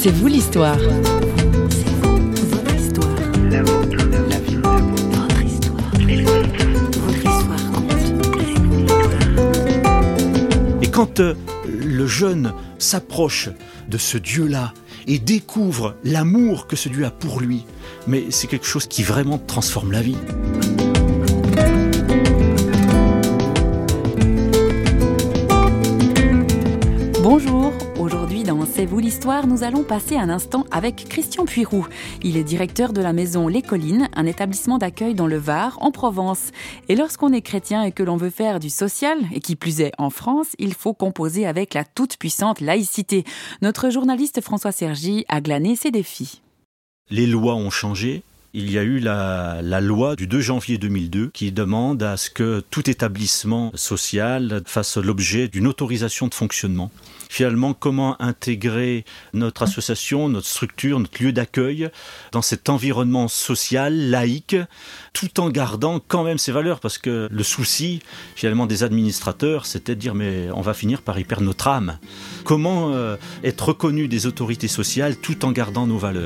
C'est vous l'histoire. Et quand le jeune s'approche de ce Dieu-là et découvre l'amour que ce Dieu a pour lui, mais c'est quelque chose qui vraiment transforme la vie. Bonjour, aujourd'hui dans C'est vous l'histoire, nous allons passer un instant avec Christian Puiroux. Il est directeur de la maison Les Collines, un établissement d'accueil dans le Var, en Provence. Et lorsqu'on est chrétien et que l'on veut faire du social, et qui plus est en France, il faut composer avec la toute-puissante laïcité. Notre journaliste François Sergi a glané ses défis. Les lois ont changé. Il y a eu la loi du 2 janvier 2002 qui demande à ce que tout établissement social fasse l'objet d'une autorisation de fonctionnement. Finalement, comment intégrer notre association, notre structure, notre lieu d'accueil dans cet environnement social, laïque, tout en gardant quand même ses valeurs, parce que le souci, finalement, des administrateurs, c'était de dire mais on va finir par y perdre notre âme. Comment être reconnu des autorités sociales tout en gardant nos valeurs ?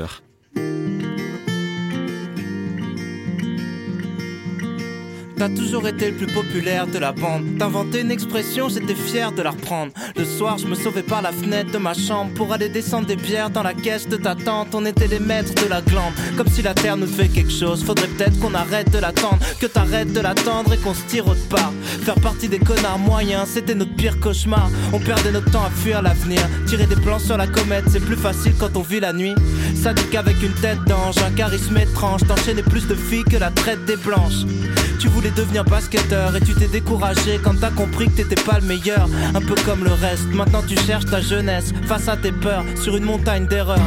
T'as toujours été le plus populaire de la bande. T'inventais une expression, j'étais fier de la reprendre. Le soir, je me sauvais par la fenêtre de ma chambre pour aller descendre des bières dans la caisse de ta tante. On était les maîtres de la glande, comme si la terre nous devait quelque chose. Faudrait peut-être qu'on arrête de l'attendre, que t'arrêtes de l'attendre et qu'on se tire autre part. Faire partie des connards moyens, c'était notre pire cauchemar. On perdait notre temps à fuir l'avenir. Tirer des plans sur la comète, c'est plus facile quand on vit la nuit. Sadique avec une tête d'ange, un charisme étrange. T'enchaînais plus de filles que la traite des blanches. Tu voulais devenir basketteur et tu t'es découragé quand t'as compris que t'étais pas le meilleur. Un peu comme le reste, maintenant tu cherches ta jeunesse face à tes peurs sur une montagne d'erreurs.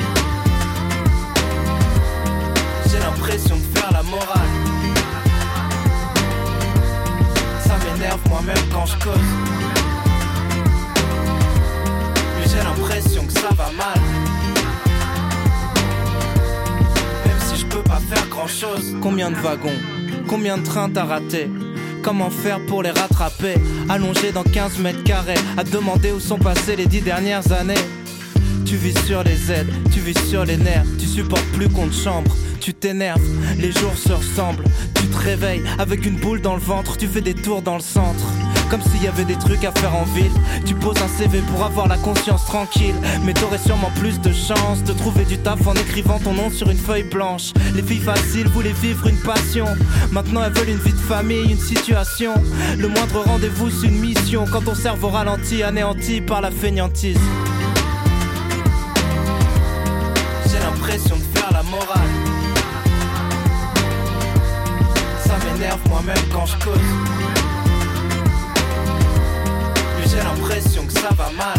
J'ai l'impression de faire la morale. Ça m'énerve moi-même quand je cause. Mais j'ai l'impression que ça va mal. Même si je peux pas faire grand-chose. Combien de wagons? Combien de trains t'as raté? Comment faire pour les rattraper? Allongé dans 15 mètres carrés, à te demander où sont passées les 10 dernières années. Tu vis sur les aides, tu vis sur les nerfs. Tu supportes plus qu'on te chambre, tu t'énerves. Les jours se ressemblent, tu te réveilles avec une boule dans le ventre. Tu fais des tours dans le centre, comme s'il y avait des trucs à faire en ville. Tu poses un CV pour avoir la conscience tranquille, mais t'aurais sûrement plus de chance de trouver du taf en écrivant ton nom sur une feuille blanche. Les filles faciles voulaient vivre une passion. Maintenant elles veulent une vie de famille, une situation. Le moindre rendez-vous c'est une mission. Quand ton cerveau ralentit, anéanti par la fainéantise. J'ai l'impression de faire la morale. Ça m'énerve moi-même quand je cause. J'ai l'impression que ça va mal.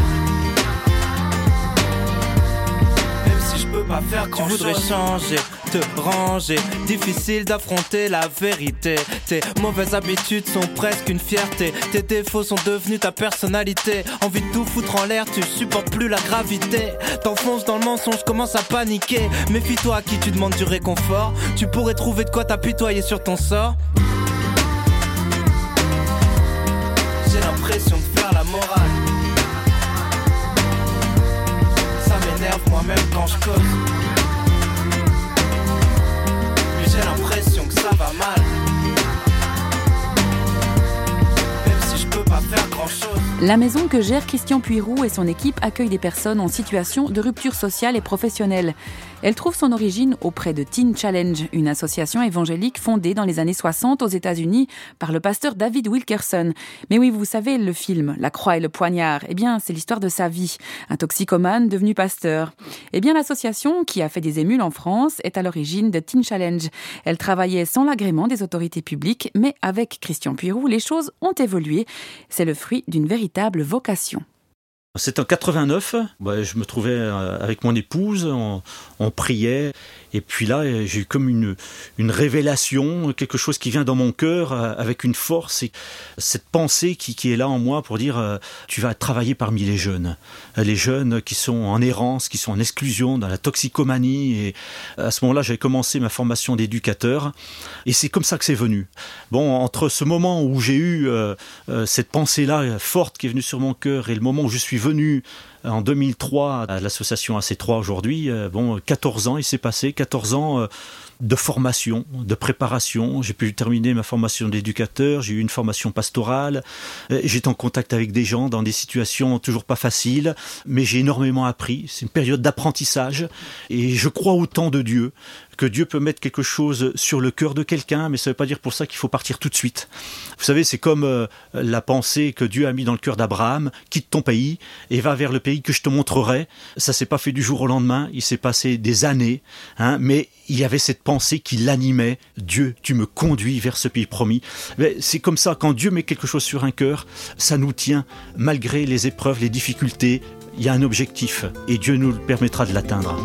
Même si je peux pas faire grand chose. Tu voudrais changer, te ranger. Difficile d'affronter la vérité. Tes mauvaises habitudes sont presque une fierté. Tes défauts sont devenus ta personnalité. Envie de tout foutre en l'air, tu supportes plus la gravité. T'enfonces dans le mensonge, commences à paniquer. Méfie-toi à qui tu demandes du réconfort. Tu pourrais trouver de quoi t'apitoyer sur ton sort. J'ai l'impression de faire la morale. Ça m'énerve moi-même quand je cause. Mais j'ai l'impression que ça va mal. Même si je peux pas faire grand-chose. La maison que gère Christian Puiroux et son équipe accueille des personnes en situation de rupture sociale et professionnelle. Elle trouve son origine auprès de Teen Challenge, une association évangélique fondée dans les années 60 aux États-Unis par le pasteur David Wilkerson. Mais oui, vous savez, le film La Croix et le Poignard, eh bien, c'est l'histoire de sa vie. Un toxicomane devenu pasteur. Eh bien, l'association, qui a fait des émules en France, est à l'origine de Teen Challenge. Elle travaillait sans l'agrément des autorités publiques, mais avec Christian Puiroux, les choses ont évolué. C'est le fruit d'une véritable vocation. C'est en 89, je me trouvais avec mon épouse, on priait, et puis là j'ai eu comme une révélation, quelque chose qui vient dans mon cœur avec une force, et cette pensée qui est là en moi pour dire tu vas travailler parmi les jeunes qui sont en errance, qui sont en exclusion, dans la toxicomanie, et à ce moment-là j'avais commencé ma formation d'éducateur, et c'est comme ça que c'est venu. Bon, entre ce moment où j'ai eu cette pensée-là forte qui est venue sur mon cœur et le moment où je suis venu En 2003, à l'association AC3 aujourd'hui, 14 ans il s'est passé, 14 ans de formation, de préparation. J'ai pu terminer ma formation d'éducateur, j'ai eu une formation pastorale, j'étais en contact avec des gens dans des situations toujours pas faciles, mais j'ai énormément appris. C'est une période d'apprentissage et je crois autant de Dieu, que Dieu peut mettre quelque chose sur le cœur de quelqu'un, mais ça ne veut pas dire pour ça qu'il faut partir tout de suite. Vous savez, c'est comme la pensée que Dieu a mis dans le cœur d'Abraham, quitte ton pays et va vers le pays que je te montrerai. Ça ne s'est pas fait du jour au lendemain, il s'est passé des années, mais il y avait cette pensée qui l'animait. Dieu, tu me conduis vers ce pays promis. Mais c'est comme ça, quand Dieu met quelque chose sur un cœur, ça nous tient, malgré les épreuves, les difficultés. Il y a un objectif et Dieu nous permettra de l'atteindre.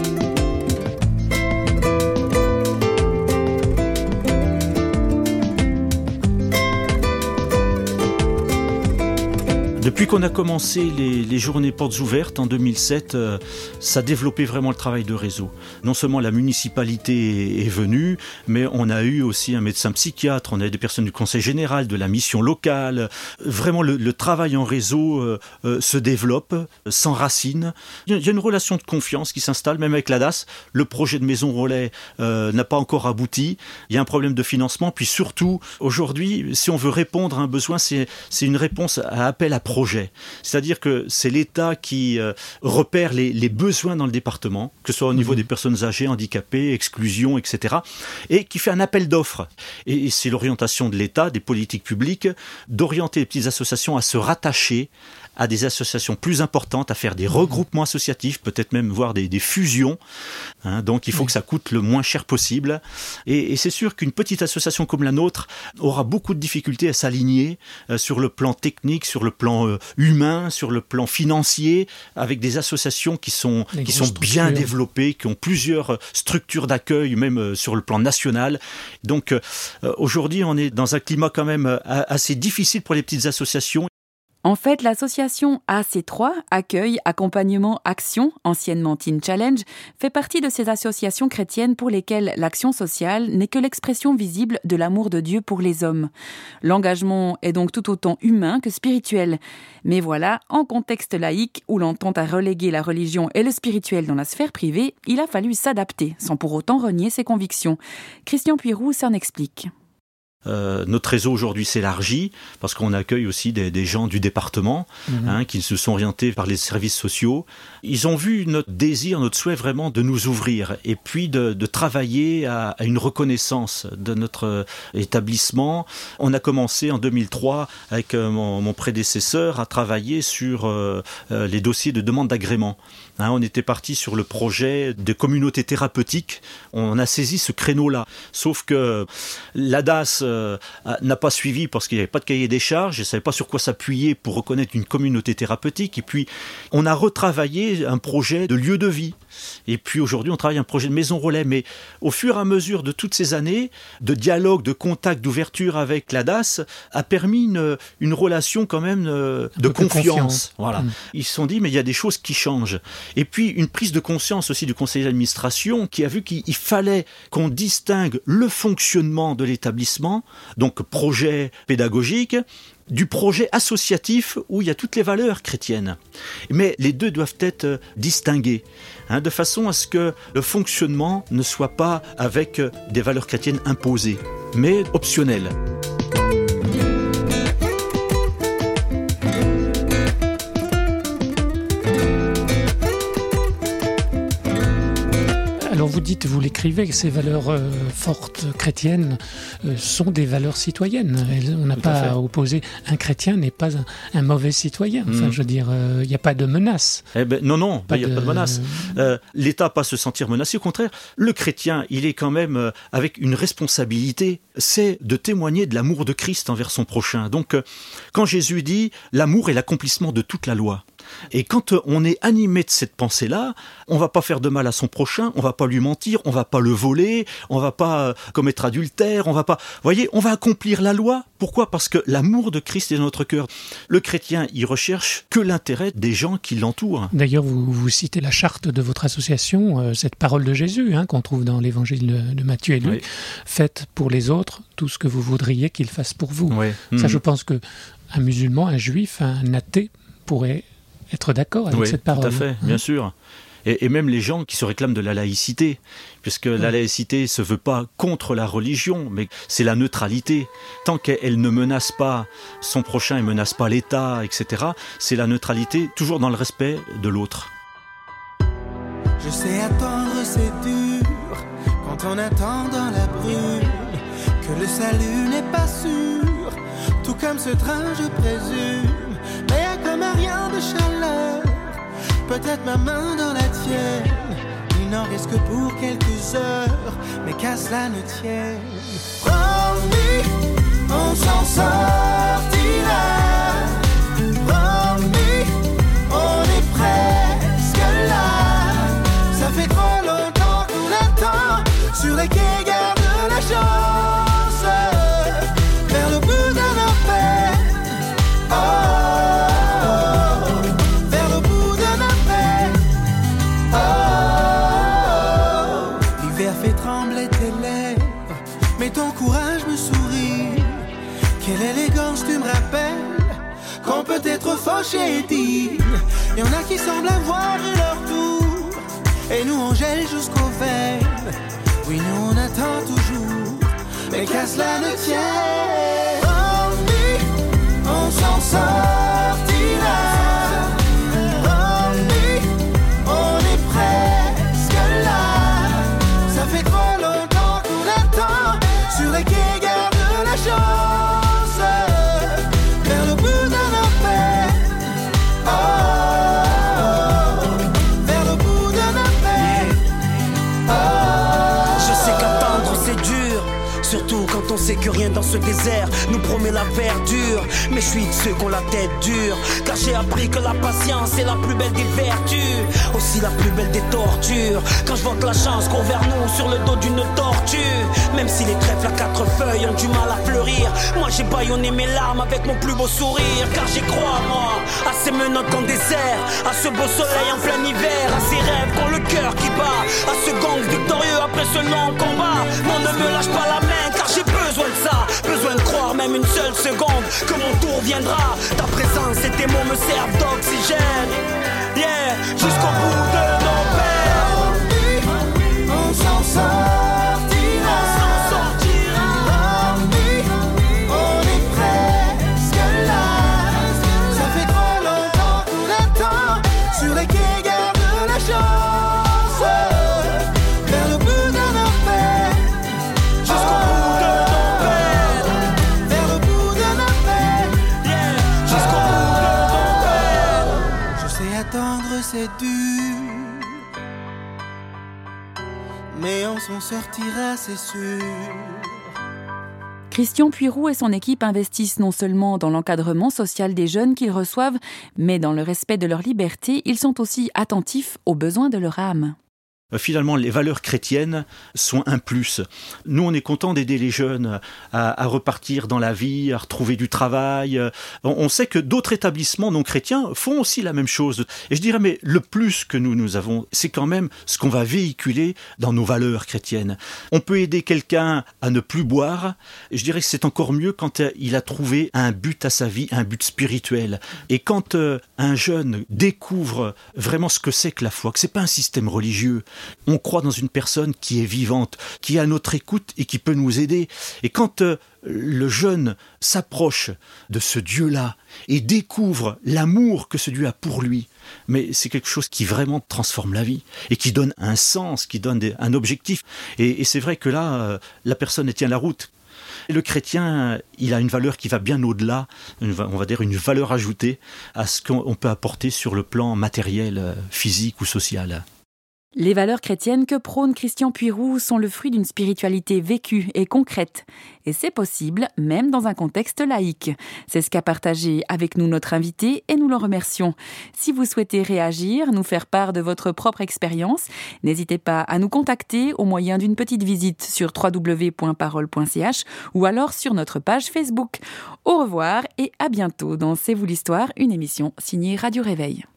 Depuis qu'on a commencé les journées portes ouvertes en 2007, ça a développé vraiment le travail de réseau. Non seulement la municipalité est venue, mais on a eu aussi un médecin psychiatre, on a eu des personnes du conseil général, de la mission locale. Vraiment, le travail en réseau se développe, s'enracine. Il y a une relation de confiance qui s'installe, même avec l'ADAS. Le projet de maison relais n'a pas encore abouti. Il y a un problème de financement. Puis surtout, aujourd'hui, si on veut répondre à un besoin, c'est une réponse à appel à projet. C'est-à-dire que c'est l'État qui repère les besoins dans le département, que ce soit au niveau des personnes âgées, handicapées, exclusion, etc., et qui fait un appel d'offres. Et c'est l'orientation de l'État, des politiques publiques, d'orienter les petites associations à se rattacher à des associations plus importantes, à faire des regroupements associatifs, peut-être même voir des fusions. Donc il faut que ça coûte le moins cher possible. Et c'est sûr qu'une petite association comme la nôtre aura beaucoup de difficultés à s'aligner sur le plan technique, sur le plan humain, sur le plan financier, avec des associations qui sont bien développées, qui ont plusieurs structures d'accueil, même sur le plan national. Donc aujourd'hui, on est dans un climat quand même assez difficile pour les petites associations. En fait, l'association AC3, Accueil, Accompagnement, Action, anciennement Teen Challenge, fait partie de ces associations chrétiennes pour lesquelles l'action sociale n'est que l'expression visible de l'amour de Dieu pour les hommes. L'engagement est donc tout autant humain que spirituel. Mais voilà, en contexte laïque, où l'on tend à reléguer la religion et le spirituel dans la sphère privée, il a fallu s'adapter, sans pour autant renier ses convictions. Christian Puiroux s'en explique. Notre réseau aujourd'hui s'élargit parce qu'on accueille aussi des gens du département qui se sont orientés par les services sociaux. Ils ont vu notre désir, notre souhait vraiment de nous ouvrir et puis de travailler à une reconnaissance de notre établissement. On a commencé en 2003 avec mon prédécesseur à travailler sur les dossiers de demande d'agrément. On était parti sur le projet de communauté thérapeutique. On a saisi ce créneau-là. Sauf que l'ADAS n'a pas suivi parce qu'il n'y avait pas de cahier des charges. Je ne savais pas sur quoi s'appuyer pour reconnaître une communauté thérapeutique. Et puis, on a retravaillé un projet de lieu de vie. Et puis, aujourd'hui, on travaille un projet de maison relais. Mais au fur et à mesure de toutes ces années, de dialogue, de contact, d'ouverture avec l'ADAS, a permis une relation quand même de confiance. Voilà. Ils se sont dit, mais il y a des choses qui changent. Et puis, une prise de conscience aussi du conseil d'administration qui a vu qu'il fallait qu'on distingue le fonctionnement de l'établissement, donc projet pédagogique, du projet associatif où il y a toutes les valeurs chrétiennes. Mais les deux doivent être distingués, de façon à ce que le fonctionnement ne soit pas avec des valeurs chrétiennes imposées, mais optionnelles. Alors vous dites, vous l'écrivez, que ces valeurs fortes chrétiennes sont des valeurs citoyennes. On n'a pas à opposer. Un chrétien n'est pas un mauvais citoyen. Enfin, je veux dire, il n'y a pas de menace. Non, il n'y a pas de menace. L'État pas se sentir menacé. Au contraire, le chrétien, il est quand même avec une responsabilité, c'est de témoigner de l'amour de Christ envers son prochain. Donc, quand Jésus dit « l'amour est l'accomplissement de toute la loi », et quand on est animé de cette pensée-là, on ne va pas faire de mal à son prochain, on ne va pas lui mentir, on ne va pas le voler, on ne va pas commettre adultère, on va accomplir la loi. Pourquoi ? Parce que l'amour de Christ est dans notre cœur. Le chrétien, il recherche que l'intérêt des gens qui l'entourent. D'ailleurs, vous citez la charte de votre association, cette parole de Jésus qu'on trouve dans l'évangile de Matthieu et Luc. Oui. Faites pour les autres tout ce que vous voudriez qu'ils fassent pour vous. Oui. Ça, je pense qu'un musulman, un juif, un athée pourrait être d'accord avec cette parole. Tout à fait, bien sûr. Et même les gens qui se réclament de la laïcité, puisque la laïcité ne se veut pas contre la religion, mais c'est la neutralité. Tant qu'elle ne menace pas son prochain, elle ne menace pas l'État, etc., c'est la neutralité, toujours dans le respect de l'autre. Je sais attendre, c'est dur, quand on attend dans la brume, que le salut n'est pas sûr, tout comme ce train je présume, mais y'a comme rien de chaleur, peut-être ma main dans la tienne, il n'en reste que pour quelques heures, mais qu'à cela ne tienne. Promis, on s'en sortira, promis, on est presque là, ça fait trop longtemps qu'on attend, sur les quais garde la chance, vers le bout d'un appel, vers le bout d'un appel, l'hiver fait trembler tes lèvres, mais ton courage me sourit, quelle élégance tu me rappelles, qu'on peut être fauché et digne, y'en a qui semblent avoir eu leur tour, et nous on gèle jusqu'aux veines, oui nous on attend toujours, mais qu'à cela ne tienne, promis, on s'en sortira, promis, on est presque là, ça fait trop longtemps qu'on attend, sur les quais garde la chance, vers le bout d'un appel, vers le bout d'un appel, Je sais qu'attendre c'est dur, surtout quand on sait que rien dans ce désert nous promet la verdure. Mais je suis de ceux qui ont la tête dure, car j'ai appris que la patience est la plus belle des vertus, aussi la plus belle des tortures. Quand je vois que la chance court vers nous sur le dos d'une tortue, même si les trèfles à 4 feuilles ont du mal à fleurir, moi j'ai bâillonné mes larmes avec mon plus beau sourire, car j'y crois moi, à ces menottes qu'on dessert, à ce beau soleil en plein hiver, à ces rêves qu'ont le cœur qui bat, à ce gang victorieux après ce long combat. Non, ne me lâche pas la main, car j'ai besoin de ça, besoin de croire même une seule seconde que mon tour viendra. Ta présence et tes mots me servent d'oxygène, yeah, jusqu'au bout de nos peines. on s'en sortira, promis, on est presque là, ça fait trop longtemps qu'on attend, sur les quais garde la chance, vers le bout d'un appel, jusqu'au bout de nos peines, vers le bout d'un appel, yeah, jusqu'au bout de nos peines. je sais attendre c'est dur, mais on s'en sortira c'est sûr. Christian Puiroux et son équipe investissent non seulement dans l'encadrement social des jeunes qu'ils reçoivent, mais dans le respect de leur liberté, ils sont aussi attentifs aux besoins de leur âme. Finalement, les valeurs chrétiennes sont un plus. Nous, on est content d'aider les jeunes à repartir dans la vie, à retrouver du travail. On sait que d'autres établissements non chrétiens font aussi la même chose. Et je dirais, mais le plus que nous avons, c'est quand même ce qu'on va véhiculer dans nos valeurs chrétiennes. On peut aider quelqu'un à ne plus boire. Je dirais que c'est encore mieux quand il a trouvé un but à sa vie, un but spirituel. Et quand un jeune découvre vraiment ce que c'est que la foi, que c'est pas un système religieux, on croit dans une personne qui est vivante, qui est à notre écoute et qui peut nous aider. Et quand le jeune s'approche de ce Dieu-là et découvre l'amour que ce Dieu a pour lui, mais c'est quelque chose qui vraiment transforme la vie et qui donne un sens, qui donne un objectif. Et c'est vrai que là, la personne tient la route. Le chrétien, il a une valeur qui va bien au-delà, on va dire une valeur ajoutée à ce qu'on peut apporter sur le plan matériel, physique ou social. Les valeurs chrétiennes que prône Christian Puiroux sont le fruit d'une spiritualité vécue et concrète. Et c'est possible, même dans un contexte laïque. C'est ce qu'a partagé avec nous notre invité et nous l'en remercions. Si vous souhaitez réagir, nous faire part de votre propre expérience, n'hésitez pas à nous contacter au moyen d'une petite visite sur www.parole.ch ou alors sur notre page Facebook. Au revoir et à bientôt dans C'est vous l'histoire, une émission signée Radio Réveil.